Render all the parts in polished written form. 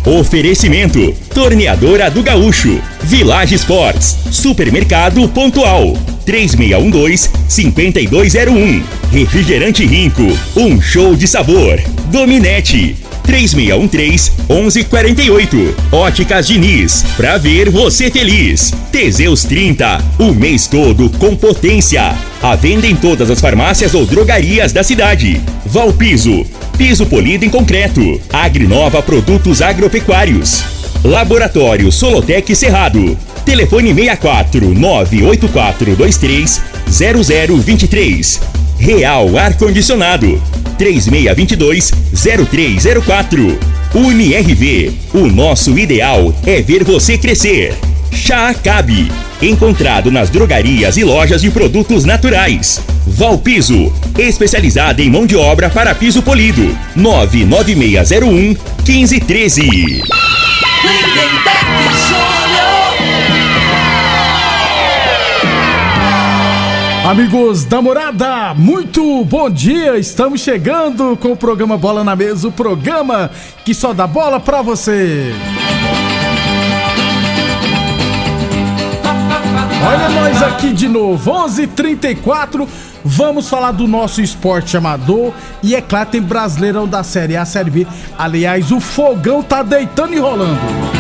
Oferecimento: Torneadora do Gaúcho, Village Sports, Supermercado Pontual, 3612-5201. Refrigerante Rinco, um show de sabor. Dominete, 3613-1148. Óticas Diniz, pra ver você feliz. Teseus 30, o mês todo com potência. À venda em todas as farmácias ou drogarias da cidade. Valpiso, piso polido em concreto. Agrinova Produtos Agropecuários. Laboratório Solotec Cerrado. Telefone 64-98423-0023. Real Ar-Condicionado, 3622-0304. UniRV, o nosso ideal é ver você crescer. Chá Acabe, encontrado nas drogarias e lojas de produtos naturais. Valpiso, especializada em mão de obra para piso polido. 99601-1513. Amigos da Morada, muito bom dia! Estamos chegando com o programa Bola na Mesa, o programa que só dá bola pra você. Olha nós aqui de novo, 11h34, vamos falar do nosso esporte amador e é claro, tem Brasileirão da Série A, Série B. Aliás, o fogão tá deitando e rolando.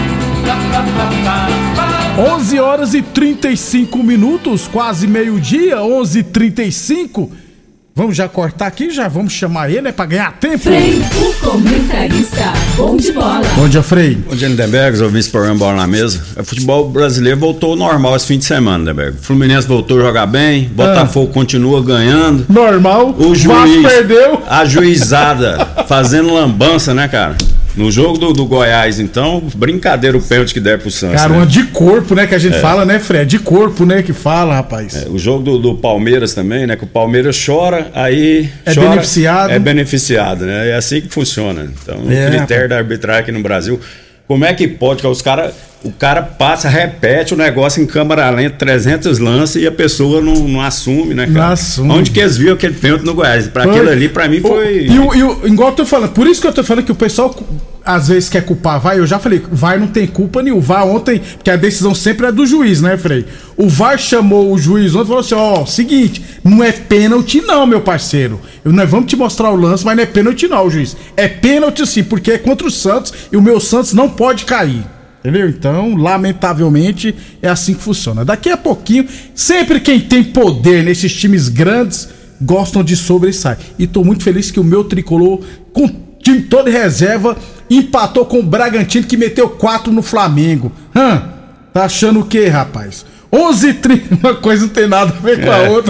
11 horas e 35 minutos, quase meio-dia, 11h35. Vamos já cortar aqui, já vamos chamar ele, pra ganhar tempo. Frei, o comentarista, bom de bola. Bom dia, Frei. Bom dia, Lindenberg, ouvi esse programa Bola na Mesa. O futebol brasileiro voltou ao normal esse fim de semana, Lindenberg. O Fluminense voltou a jogar bem, Botafogo continua ganhando. Normal, o juiz perdeu. A juizada fazendo lambança, né, cara? No jogo do Goiás, então, brincadeira o pênalti que der pro Santos. Cara, né? uma de corpo, né, que a gente fala, né, Fred? De corpo, né, que fala, rapaz. O jogo do Palmeiras também, né, que o Palmeiras chora, aí... beneficiado. É beneficiado, né? É assim que funciona. Então, o critério da arbitragem aqui no Brasil... Como é que pode que o cara passa, repete o negócio em câmera lenta, 300 lances e a pessoa não assume, né, cara? Não assume. Onde que eles viram aquele pênalti no Goiás? Pra aquilo ali, pra mim, foi... Igual eu tô falando, por isso que eu tô falando que o pessoal às vezes quer culpar VAR. Eu já falei, VAR não tem culpa nenhuma. O VAR ontem, porque a decisão sempre é do juiz, né, Frei? O VAR chamou o juiz ontem e falou assim, seguinte, não é pênalti não, meu parceiro. Nós vamos te mostrar o lance, mas não é pênalti não, juiz. É pênalti sim, porque é contra o Santos e o meu Santos não pode cair. Entendeu? Então, lamentavelmente, é assim que funciona. Daqui a pouquinho, sempre quem tem poder nesses times grandes gostam de sobressair. E tô muito feliz que o meu tricolor, com o time todo em reserva, empatou com o Bragantino, que meteu 4 no Flamengo. Tá achando o quê, rapaz? 11h30, uma coisa não tem nada a ver com a outra.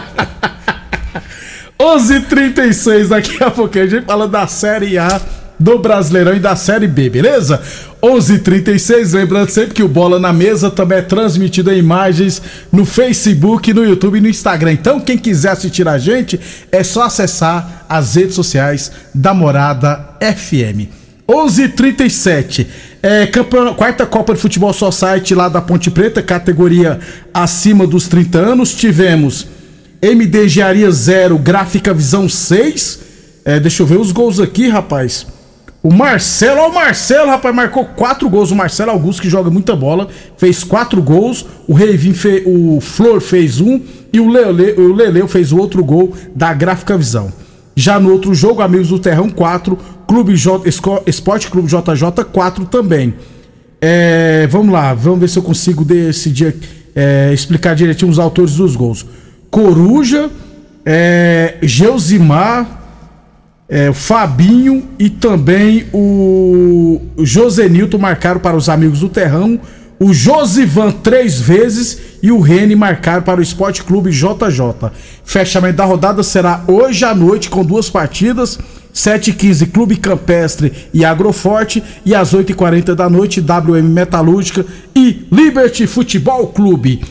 11h36, daqui a pouquinho a gente fala da Série A do Brasileirão e da Série B, beleza? 11h36, lembrando sempre que o Bola na Mesa também é transmitido em imagens no Facebook, no YouTube e no Instagram. Então, quem quiser assistir a gente, é só acessar as redes sociais da Morada FM. 11h37, quarta Copa de Futebol Society lá da Ponte Preta, categoria acima dos 30 anos. Tivemos MD Engenharia 0, Gráfica Visão 6. Deixa eu ver os gols aqui, rapaz. O Marcelo, rapaz, marcou 4 gols. O Marcelo Augusto, que joga muita bola, fez 4 gols. O Reivinho, o Flor fez 1 e o Leleu fez o outro gol da Gráfica Visão. Já no outro jogo, Amigos do Terrão 4, Esporte Clube JJ 4 também. Vamos lá, vamos ver se eu consigo decidir, explicar direitinho os autores dos gols. Coruja, Geusimar, o Fabinho e também o Josenilton marcaram para os Amigos do Terrão. O Josivan 3 vezes e o Rene marcaram para o Esporte Clube JJ. Fechamento da rodada será hoje à noite com 2 partidas, 7h15 Clube Campestre e Agroforte e às 8h40 da noite WM Metalúrgica e Liberty Futebol Clube.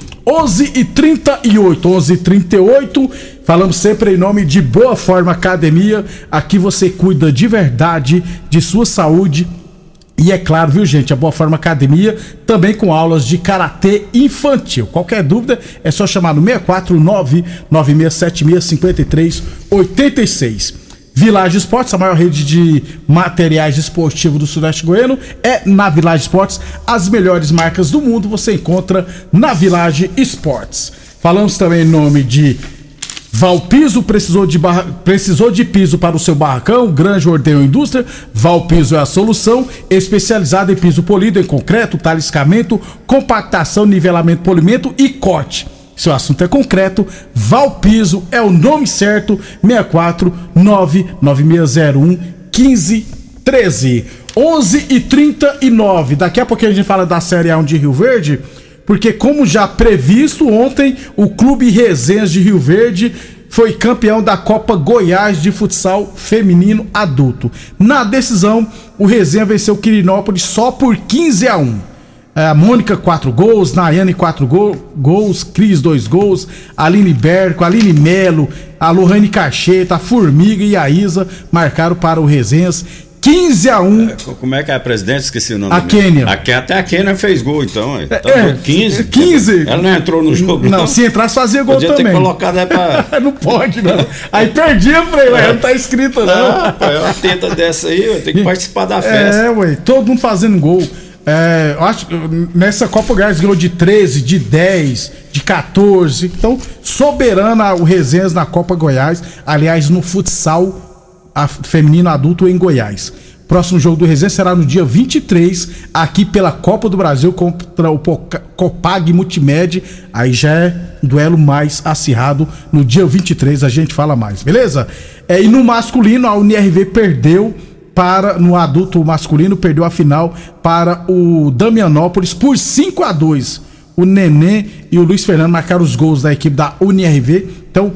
11h38, falamos sempre em nome de Boa Forma Academia. Aqui você cuida de verdade de sua saúde. E é claro, viu, gente, a Boa Forma Academia também com aulas de karatê infantil. Qualquer dúvida é só chamar no 649-9676-5386. Village Esportes, a maior rede de materiais esportivos do Sudeste Goiano, é na Village Esportes. As melhores marcas do mundo você encontra na Village Esportes. Falamos também em nome de Valpiso, precisou de piso para o seu barracão, granja, ordenho ou indústria? Valpiso é a solução, especializada em piso polido, em concreto, taliscamento, compactação, nivelamento, polimento e corte. Se o assunto é concreto, Valpiso é o nome certo. 64996011513. 11h39. Daqui a pouquinho a gente fala da Série A1 de Rio Verde, porque como já previsto ontem, o Clube Resenhas de Rio Verde foi campeão da Copa Goiás de Futsal Feminino Adulto. Na decisão, o Resenha venceu o Quirinópolis só por 15-1. A Mônica 4 gols, Nayane 4 gols, Cris 2 gols, Aline Berco, Aline Melo, a Lohane Cacheta, a Formiga e a Isa marcaram para o Resenhas 15-1. Como é que é a presidente? Esqueci o nome. A Kênia. Até a Kênia fez gol, então. 15. Ela não entrou no jogo. Não, se entrasse fazia gol podia também. Podia ter colocado pra... Não pode, não. Aí perdia, falei, não tá escrito não. É uma teta dessa aí, eu tenho que participar da festa. Ué, todo mundo fazendo gol. Eu acho que nessa Copa Goiás ganhou de 13, de 10, de 14. Então, soberana o Resenhas na Copa Goiás. Aliás, no futsal feminino adulto em Goiás. Próximo jogo do Resenhas será no dia 23, aqui pela Copa do Brasil contra o Copag Multimed. Aí já é um duelo mais acirrado. No dia 23 a gente fala mais, beleza? E no masculino, a UniRV perdeu no adulto masculino, perdeu a final para o Damianópolis por 5-2. O Nenê e o Luiz Fernando marcaram os gols da equipe da UniRV. Então,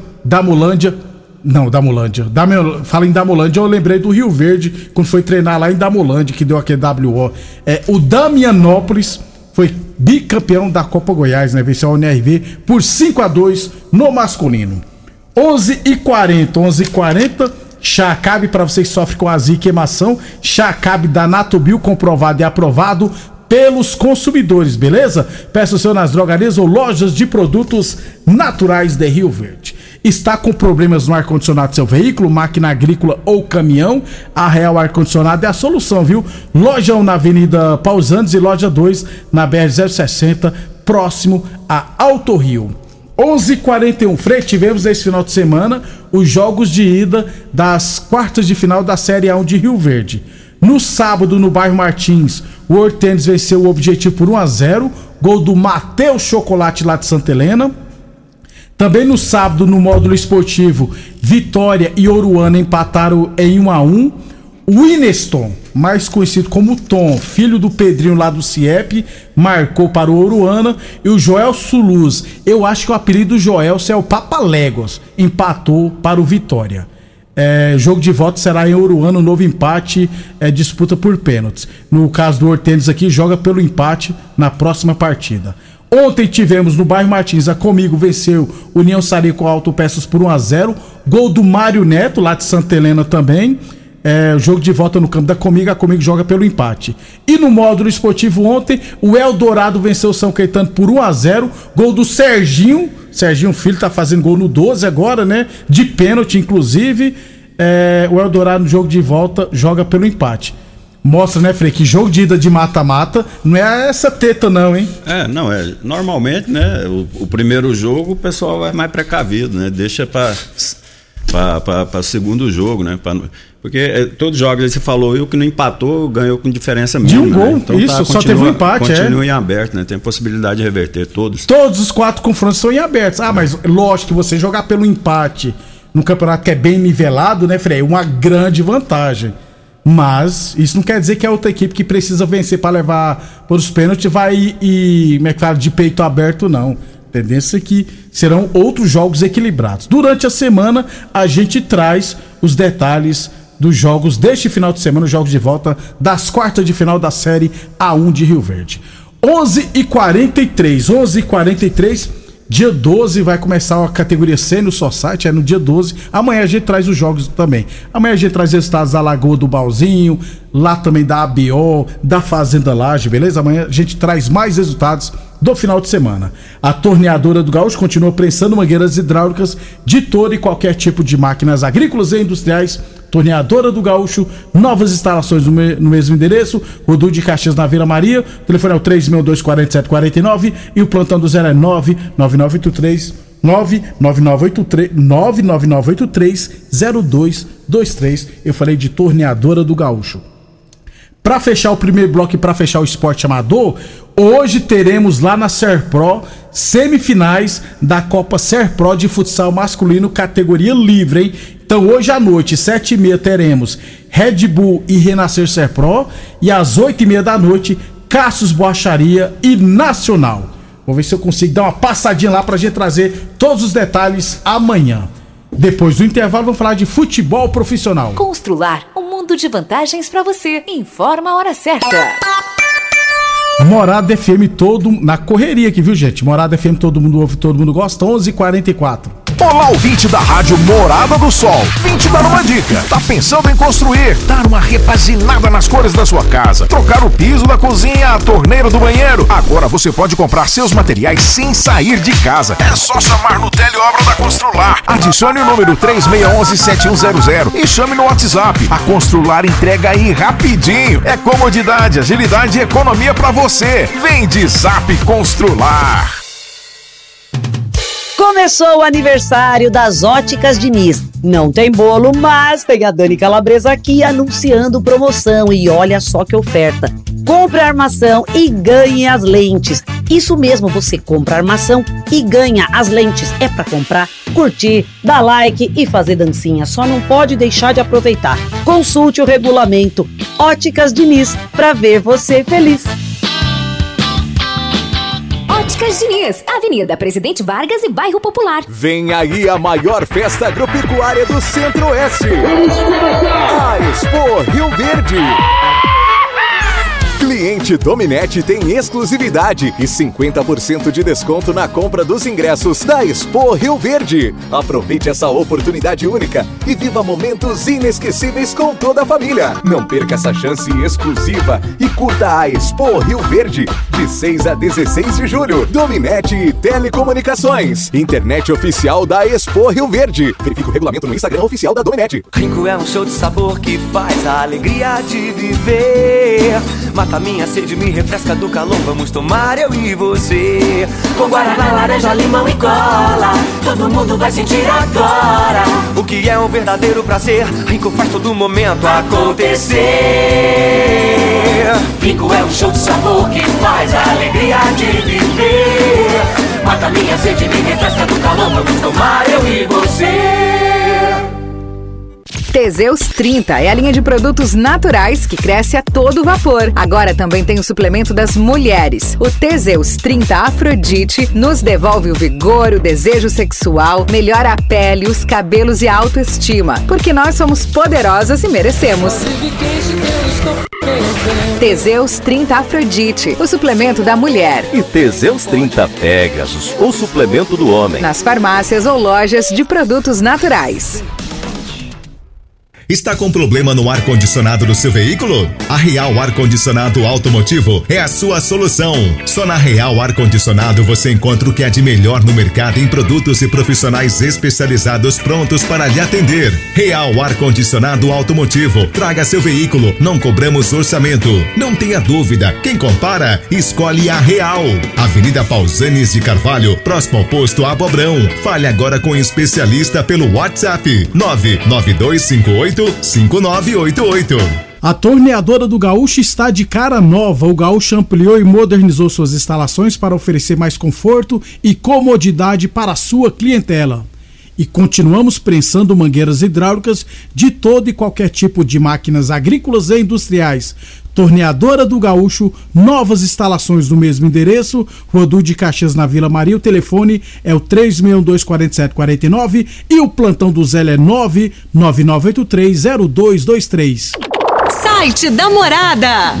Fala em Damolândia, eu lembrei do Rio Verde, quando foi treinar lá em Damolândia, que deu aquele WO. O Damianópolis foi bicampeão da Copa Goiás, né? Venceu a UniRV por 5-2 no masculino. 11h40. Chá Cabe, para você que sofre com azia e queimação, Chá Cabe da Natubio, comprovado e aprovado pelos consumidores, beleza? Peça o seu nas drogarias ou lojas de produtos naturais de Rio Verde. Está com problemas no ar-condicionado do seu veículo, máquina agrícola ou caminhão? A Real Ar-Condicionado é a solução, viu? Loja 1 na Avenida Pausantes e loja 2 na BR-060, próximo a Alto Rio. 11h41, Frei, tivemos esse final de semana os jogos de ida das quartas de final da Série A1 de Rio Verde. No sábado, no bairro Martins, o Hortênis venceu o Objetivo por 1-0, gol do Matheus Chocolate lá de Santa Helena. Também no sábado, no módulo esportivo, Vitória e Oruana empataram em 1-1. O Ineston, mais conhecido como Tom, filho do Pedrinho lá do CIEP, marcou para o Oruana. E o Joel Suluz, eu acho que o apelido do Joel é o Papaléguas, empatou para o Vitória. Jogo de volta será em Oruana, novo empate, disputa por pênaltis. No caso do Hortênis aqui, joga pelo empate na próxima partida. Ontem tivemos no bairro Martins, a Comigo venceu União Sarico Autopeças por 1-0, gol do Mário Neto, lá de Santa Helena também. Jogo de volta no campo da Comigo, a Comigo joga pelo empate. E no módulo esportivo ontem, o Eldorado venceu o São Caetano por 1-0, gol do Serginho Filho, tá fazendo gol no 12 agora, né? De pênalti, inclusive. O Eldorado no jogo de volta joga pelo empate. Mostra, né, Frei, que jogo de ida de mata-mata não é essa teta não, hein? Normalmente, né, o primeiro jogo o pessoal é mais precavido, né? Deixa para o segundo jogo, né? Porque todos os jogos aí você falou, o que não empatou ganhou com diferença mínima. De um gol, né? Então, isso, só teve um empate. Continua em aberto, né? Tem possibilidade de reverter todos. Todos os 4 confrontos são em abertos. Mas lógico que você jogar pelo empate num campeonato que é bem nivelado, né, Frei? Uma grande vantagem. Mas isso não quer dizer que a outra equipe que precisa vencer para levar por os pênaltis vai de peito aberto, não. Tendência é que serão outros jogos equilibrados. Durante a semana, a gente traz os detalhes dos jogos deste final de semana, os jogos de volta das quartas de final da Série A1 de Rio Verde. 11h43, dia 12 vai começar a categoria C no Society, no dia 12. Amanhã a gente traz os jogos também. Amanhã a gente traz resultados da Lagoa do Balzinho, lá também da ABO, da Fazenda Laje, beleza? Amanhã a gente traz mais resultados do final de semana. A Torneadora do Gaúcho continua prensando mangueiras hidráulicas de todo e qualquer tipo de máquinas agrícolas e industriais. Torneadora do Gaúcho, novas instalações no mesmo endereço, Rodul de Caxias na Vila Maria, o telefone é o 362-4749 e o plantão do 0 é 99983-0223. Eu falei de Torneadora do Gaúcho. Para fechar o primeiro bloco e para fechar o esporte amador, hoje teremos lá na Serpro semifinais da Copa Serpro de futsal masculino categoria livre, hein? Então hoje à noite, 7h30, teremos Red Bull e Renascer Serpro e às 8h30 da noite, Cassius Borracharia e Nacional. Vou ver se eu consigo dar uma passadinha lá pra gente trazer todos os detalhes amanhã. Depois do intervalo, vamos falar de futebol profissional. Constrular um mundo de vantagens pra você. Informa a hora certa. Morada FM todo na correria aqui, viu, gente? Morada FM todo mundo ouve, todo mundo gosta. 11h44. Olá, ouvinte da Rádio Morada do Sol. Vim te dar uma dica. Tá pensando em construir, dar uma repaginada nas cores da sua casa, trocar o piso da cozinha, a torneira do banheiro? Agora você pode comprar seus materiais sem sair de casa. É só chamar no Teleobra da Constrular. Adicione o número 3611-7100 e chame no WhatsApp. A Constrular entrega aí rapidinho. É comodidade, agilidade e economia pra você. Vem de Zap Constrular. Começou o aniversário das Óticas Diniz. Não tem bolo, mas tem a Dani Calabresa aqui anunciando promoção. E olha só que oferta. Compre a armação e ganhe as lentes. Isso mesmo, você compra a armação e ganha as lentes. É pra comprar, curtir, dar like e fazer dancinha. Só não pode deixar de aproveitar. Consulte o regulamento. Óticas Diniz, pra ver você feliz. Óticas Diniz, Avenida Presidente Vargas e Bairro Popular. Vem aí a maior festa agropecuária do Centro-Oeste. A Expo Rio Verde. Cliente Dominete tem exclusividade e 50% de desconto na compra dos ingressos da Expo Rio Verde. Aproveite essa oportunidade única e viva momentos inesquecíveis com toda a família. Não perca essa chance exclusiva e curta a Expo Rio Verde de 6 a 16 de julho. Dominete e Telecomunicações, internet oficial da Expo Rio Verde. Verifique o regulamento no Instagram oficial da Dominete. Rinco é um show de sabor que faz a alegria de viver. Mata minha sede, me refresca do calor. Vamos tomar eu e você. Com guaraná, laranja, limão e cola. Todo mundo vai sentir agora o que é um verdadeiro prazer. Rinco faz todo momento acontecer. Rinco é um show de sabor que faz a alegria de viver. Mata minha sede, me refresca do calor. Vamos tomar eu e você. Teseus 30 é a linha de produtos naturais que cresce a todo vapor. Agora também tem o suplemento das mulheres. O Teseus 30 Afrodite nos devolve o vigor, o desejo sexual, melhora a pele, os cabelos e a autoestima. Porque nós somos poderosas e merecemos. Teseus 30 Afrodite, o suplemento da mulher. E Teseus 30 Pegasus, o suplemento do homem. Nas farmácias ou lojas de produtos naturais. Está com problema no ar-condicionado do seu veículo? A Real Ar-Condicionado Automotivo é a sua solução. Só na Real Ar-Condicionado você encontra o que há de melhor no mercado em produtos e profissionais especializados prontos para lhe atender. Real Ar-Condicionado Automotivo. Traga seu veículo, não cobramos orçamento. Não tenha dúvida, quem compara, escolhe a Real. Avenida Pausanes de Carvalho, próximo ao posto Abobrão. Fale agora com o especialista pelo WhatsApp 99258 5988. A Torneadora do Gaúcho está de cara nova. O Gaúcho ampliou e modernizou suas instalações para oferecer mais conforto e comodidade para a sua clientela. E continuamos prensando mangueiras hidráulicas de todo e qualquer tipo de máquinas agrícolas e industriais. Torneadora do Gaúcho, novas instalações no mesmo endereço, Rodul de Caxias na Vila Maria. O telefone é o 3612-4749 e o plantão do Zé é 999830223. Site da Morada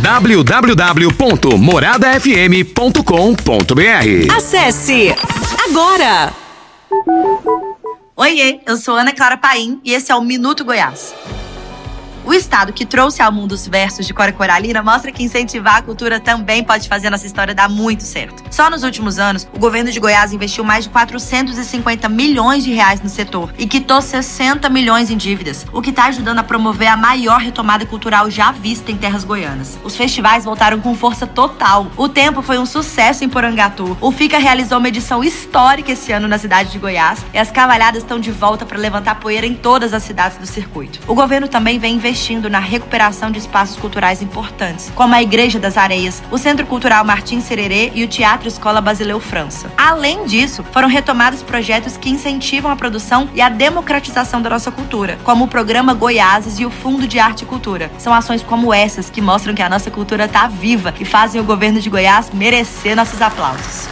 www.moradafm.com.br. Acesse agora. Oiê, eu sou Ana Clara Paim e esse é o Minuto Goiás. O estado que trouxe ao mundo os versos de Cora Coralina mostra que incentivar a cultura também pode fazer a nossa história dar muito certo. Só nos últimos anos, o governo de Goiás investiu mais de 450 milhões de reais no setor e quitou 60 milhões em dívidas, o que está ajudando a promover a maior retomada cultural já vista em terras goianas. Os festivais voltaram com força total. O Tempo foi um sucesso em Porangatu. O FICA realizou uma edição histórica esse ano na cidade de Goiás e as cavalhadas estão de volta para levantar poeira em todas as cidades do circuito. O governo também vem investindo na recuperação de espaços culturais importantes, como a Igreja das Areias, o Centro Cultural Martins Sererê e o Teatro Escola Basileu França. Além disso, foram retomados projetos que incentivam a produção e a democratização da nossa cultura, como o Programa Goiáses e o Fundo de Arte e Cultura. São ações como essas que mostram que a nossa cultura está viva e fazem o governo de Goiás merecer nossos aplausos.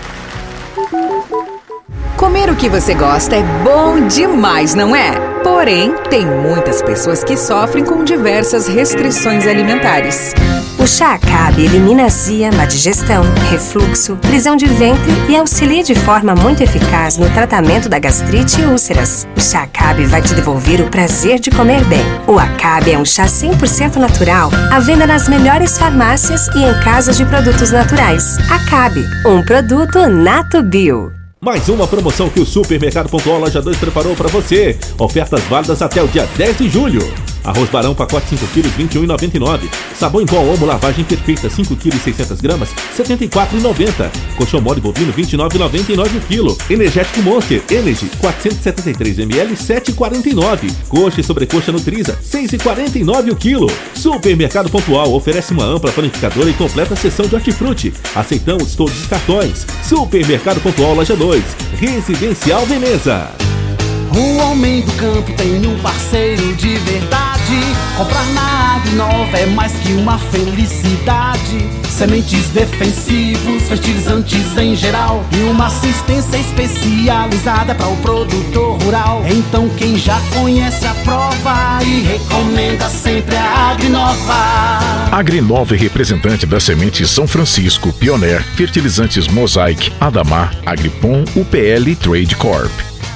Comer o que você gosta é bom demais, não é? Porém, tem muitas pessoas que sofrem com diversas restrições alimentares. O chá Acabe elimina azia, má digestão, refluxo, prisão de ventre e auxilia de forma muito eficaz no tratamento da gastrite e úlceras. O chá Acabe vai te devolver o prazer de comer bem. O Acabe é um chá 100% natural, à venda nas melhores farmácias e em casas de produtos naturais. Acabe, um produto Nato Bio. Mais uma promoção que o Supermercado Pontual Loja 2 preparou para você. Ofertas válidas até o dia 10 de julho. Arroz Barão, pacote 5 kg, R$ 21,99. Sabão em pó Omo, lavagem perfeita, 5 kg e 600 gramas, R$ 74,90. Colchão mole bovino, R$ 29,99 o quilo. Energético Monster Energy, 473 ml, R$ 7,49. Coxa e sobrecoxa Nutriza, R$ 6,49 o quilo. Supermercado Pontual oferece uma ampla panificadora e completa seção de hortifruti. Aceitamos todos os cartões. Supermercado Pontual Loja 2, Residencial Veneza. O homem do campo tem um parceiro de verdade. Comprar na Agrinova é mais que uma felicidade. Sementes defensivos, fertilizantes em geral e uma assistência especializada para o produtor rural. Então quem já conhece a prova e recomenda sempre a Agrinova. Agrinova é representante das sementes São Francisco, Pioneer, fertilizantes Mosaic, Adamar, Agripom, UPL Trade Corp.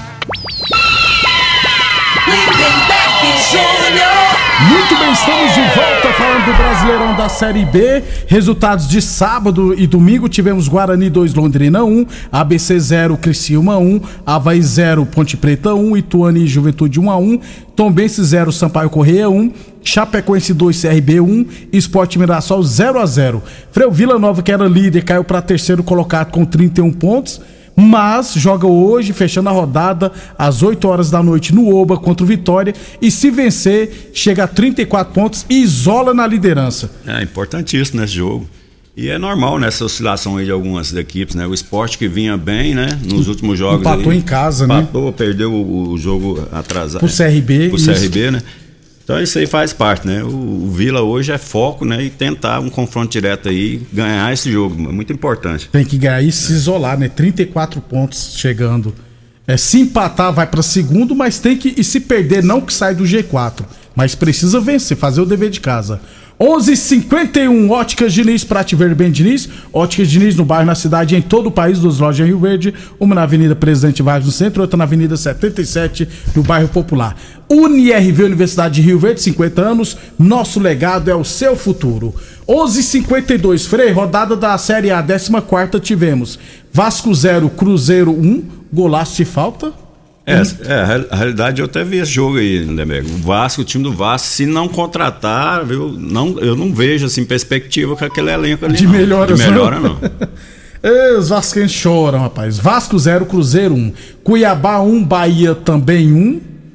Muito bem, estamos de volta falando do Brasileirão da Série B. Resultados de sábado e domingo: tivemos Guarani 2, Londrina 1, ABC 0, Criciúma 1, Avaí 0, Ponte Preta 1, Ituano e Juventude 1-1, Tombense 0, Sampaio Corrêa 1, Chapecoense 2, CRB 1, Sport Mirassol 0-0. Frei Vila Nova, que era líder, caiu para terceiro colocado com 31 pontos. Mas joga hoje, fechando a rodada, às 8 horas da noite no Oba contra o Vitória. E se vencer, chega a 34 pontos e isola na liderança. É importantíssimo nesse jogo. E é normal nessa oscilação aí de algumas equipes, né? O Sport que vinha bem, né? Nos últimos jogos. Empatou em casa, né? Empatou, perdeu o jogo atrasado. Pro CRB. Pro CRB, né? Então isso aí faz parte, né? O Vila hoje é foco, né? E tentar um confronto direto aí, ganhar esse jogo, muito importante. Tem que ganhar e se isolar, né? 34 pontos chegando. Se empatar vai para segundo, mas tem que, e se perder não que sai do G4, mas precisa vencer, fazer o dever de casa. 11h51, Óticas Diniz, pra te ver bem, Diniz. Óticas Diniz no bairro, na cidade, em todo o país, dos lojas em Rio Verde. Uma na Avenida Presidente Vargas no centro, outra na Avenida 77 no bairro Popular. UniRV, Universidade de Rio Verde, 50 anos. Nosso legado é o seu futuro. 11h52, Frei, rodada da Série A, 14ª, tivemos Vasco 0, Cruzeiro 1, golaço de falta. A realidade eu até vi esse jogo aí, Lindenberg. O Vasco, o time do Vasco, se não contratar, eu não vejo assim perspectiva com aquele elenco ali. De melhora não. Os vascaínos choram, rapaz. Vasco 0, Cruzeiro 1, Cuiabá 1, Bahia também 1,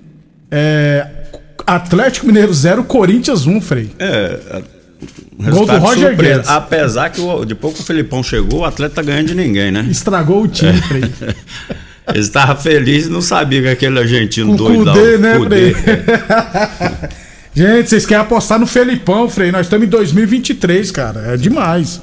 Atlético Mineiro 0, Corinthians 1, Frei. Gol do Roger Guedes. Apesar que depois que o Felipão chegou, o Atlético tá ganhando de ninguém, né? Estragou o time, Frei. Eles estavam felizes e não sabiam que aquele argentino doidão. Cudê, né, Frei? Gente, vocês querem apostar no Felipão, Frei? Nós estamos em 2023, cara. É demais.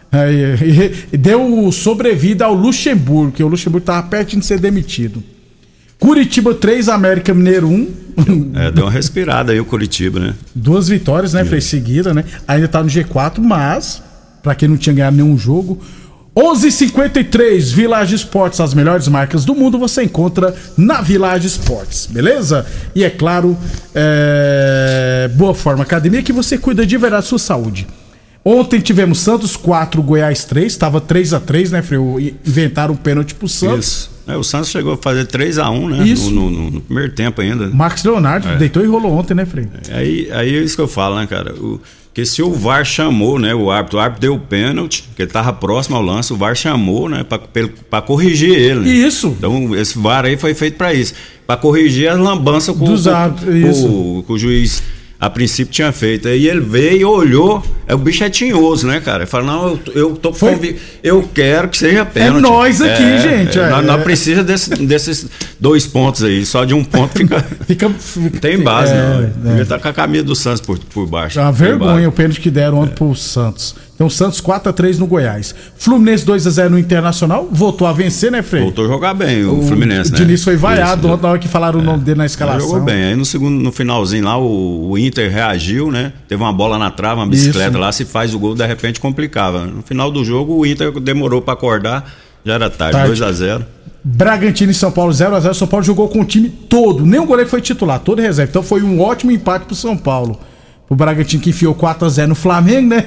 Deu sobrevida ao Luxemburgo, que o Luxemburgo estava perto de ser demitido. Curitiba 3, América Mineiro 1. Deu uma respirada aí o Curitiba, né? 2 vitórias, né, Frei? Seguida, né? Ainda tá no G4, mas, pra quem não tinha ganhado nenhum jogo, 11:53, Village Esportes, as melhores marcas do mundo você encontra na Village Esportes, beleza? E é claro, Boa Forma Academia, que você cuida de verdade da sua saúde. Ontem tivemos Santos 4, Goiás 3, estava 3-3, né, Freio? Inventaram um pênalti pro Santos. Isso. O Santos chegou a fazer 3-1, né? Isso. No primeiro tempo ainda. Marcos Leonardo deitou e rolou ontem, né, Freio? Aí é isso que eu falo, né, cara? Que se o VAR chamou, né, o árbitro deu o pênalti, que ele tava próximo ao lance, o VAR chamou, né, pra corrigir ele. Né? Isso. Então, esse VAR aí foi feito pra isso, pra corrigir as lambanças que o juiz a princípio tinha feito. Aí ele veio, olhou, o bicho é tinhoso, né, cara? Ele fala, não, eu quero que seja pênalti. É nós aqui, gente. Não precisa desses 2 pontos aí, só de um ponto fica tem base, não. Ele tá com a camisa do Santos por baixo. É uma vergonha o pênalti que deram ontem pro Santos. Então, Santos 4-3 no Goiás. Fluminense 2-0 no Internacional. Voltou a vencer, né, Frei? Voltou a jogar bem o Fluminense, né? O Diniz foi vaiado ontem na hora que falaram o nome dele na escalação. Jogou bem. Aí no finalzinho lá, o Inter reagiu, né? Teve uma bola na trave, uma bicicleta lá. Se faz o gol, de repente complicava. No final do jogo, o Inter demorou pra acordar. Já era tarde. 2-0. Bragantino e São Paulo 0-0. São Paulo jogou com o time todo. Nem o goleiro foi titular, todo reserva. Então foi um ótimo empate pro São Paulo. O Bragantino que enfiou 4-0 no Flamengo, né?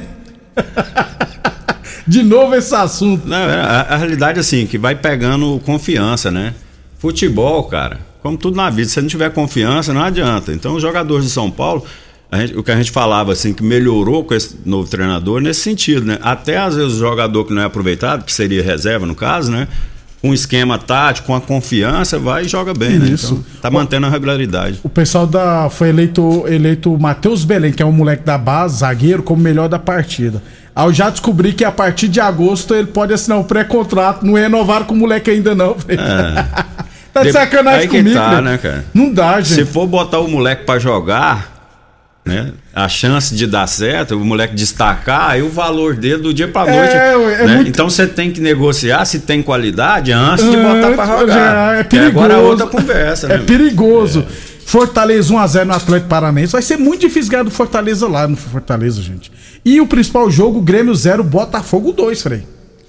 De novo esse assunto. Não, a realidade é assim, que vai pegando confiança, né? Futebol, cara, como tudo na vida, se você não tiver confiança, não adianta. Então os jogadores de São Paulo, o que a gente falava assim, que melhorou com esse novo treinador nesse sentido, né? Até às vezes o jogador que não é aproveitado, que seria reserva no caso, né? Com um esquema tático, com a confiança, vai e joga bem, né? Então, tá mantendo a regularidade. O pessoal foi eleito o Matheus Belém, que é um moleque da base, zagueiro, como melhor da partida. Aí eu já descobri que a partir de agosto ele pode assinar um pré-contrato, não renovaram com o moleque ainda não. Tá de sacanagem aí comigo, tá, né, cara? Não dá, gente. Se for botar o moleque pra jogar, né? A chance de dar certo, o moleque destacar, aí o valor dele do dia pra noite. Né? Muito... Então você tem que negociar se tem qualidade antes de botar pra jogar. É perigoso. Agora é outra conversa, né? É perigoso. Fortaleza 1-0 no Atlético Paranaense. Vai ser muito difícil ganhar do Fortaleza lá no Fortaleza, gente. E o principal jogo, Grêmio 0, Botafogo 2, Frei.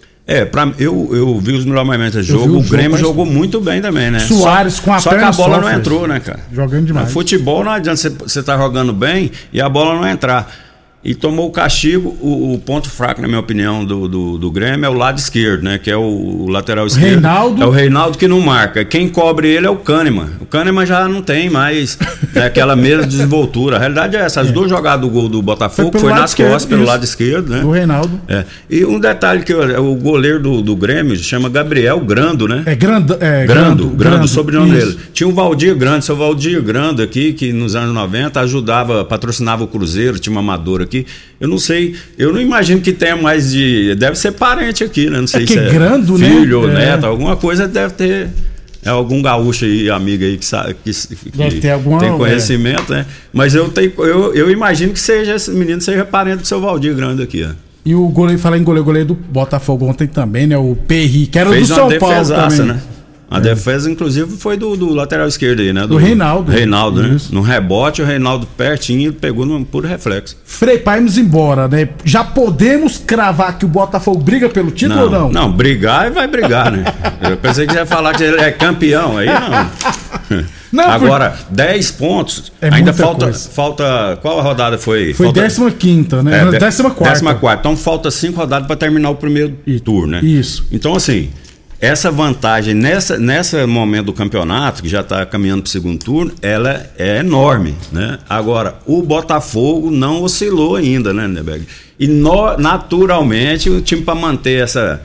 Eu vi os melhores momentos do jogo. O Grêmio jogou muito bem também, né? Soares com a perna. Só que a bola não entrou, né, cara? Jogando demais. No futebol não adianta você tá jogando bem e a bola não entrar. E tomou o castigo, o ponto fraco, na minha opinião, do Grêmio é o lado esquerdo, né? Que é o lateral esquerdo. Reinaldo. É o Reinaldo que não marca. Quem cobre ele é o Kahneman. O Kahneman já não tem mais aquela mesma desenvoltura. A realidade é essa. As 2 jogadas do gol do Botafogo foi nas costas, pelo lado esquerdo, né? Do Reinaldo. E um detalhe que o goleiro do Grêmio chama Gabriel Grando, né? Grando, o sobrenome dele. Tinha o Valdir Grando, seu Valdir Grando aqui, que nos anos 90 patrocinava o Cruzeiro, tinha uma amadora aqui. Eu não sei, eu não imagino que tenha mais de. Deve ser parente aqui, né? Não sei se é Grando, filho ou neto, alguma coisa deve ter. Algum gaúcho aí, amigo aí que sabe, que tem conhecimento, né? Mas eu imagino que esse menino seja parente do seu Valdir Grande aqui, ó. E o goleiro, falar em goleiro do Botafogo ontem também, né? O Perry, que era do São Paulo também. Né? A defesa, inclusive, foi do lateral esquerdo aí, né? Do Reinaldo. Reinaldo, né? No rebote, o Reinaldo pertinho, pegou no puro reflexo. Frei, pra irmos embora, né? Já podemos cravar que o Botafogo briga pelo título ou não? Não, brigar vai brigar, né? Eu pensei que você ia falar que ele é campeão, aí não. Não, agora, 10 pontos, ainda falta. Qual a rodada foi? Foi 15ª, né? 14ª. Então falta 5 rodadas para terminar o primeiro turno, né? Isso. Então, assim, essa vantagem nesse momento do campeonato, que já está caminhando para o segundo turno, ela é enorme, né? Agora, o Botafogo não oscilou ainda, né, Neberg? E naturalmente o time, para manter essa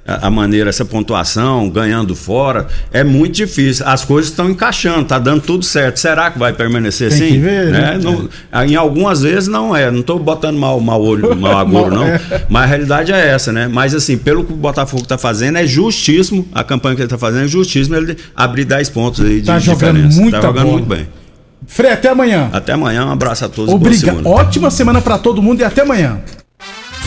pontuação, ganhando fora, é muito difícil. As coisas estão encaixando, tá dando tudo certo. Será que vai permanecer assim? Tem que ver, né? Em algumas vezes não é. Não estou botando mau agouro, não. Mas a realidade é essa, né? Mas assim, pelo que o Botafogo está fazendo, é justíssimo. A campanha que ele está fazendo é justíssimo ele abrir 10 pontos aí de diferença. Tá jogando muito bem. Frei, até amanhã. Até amanhã, um abraço a todos. Obrigado. Ótima semana para todo mundo e até amanhã.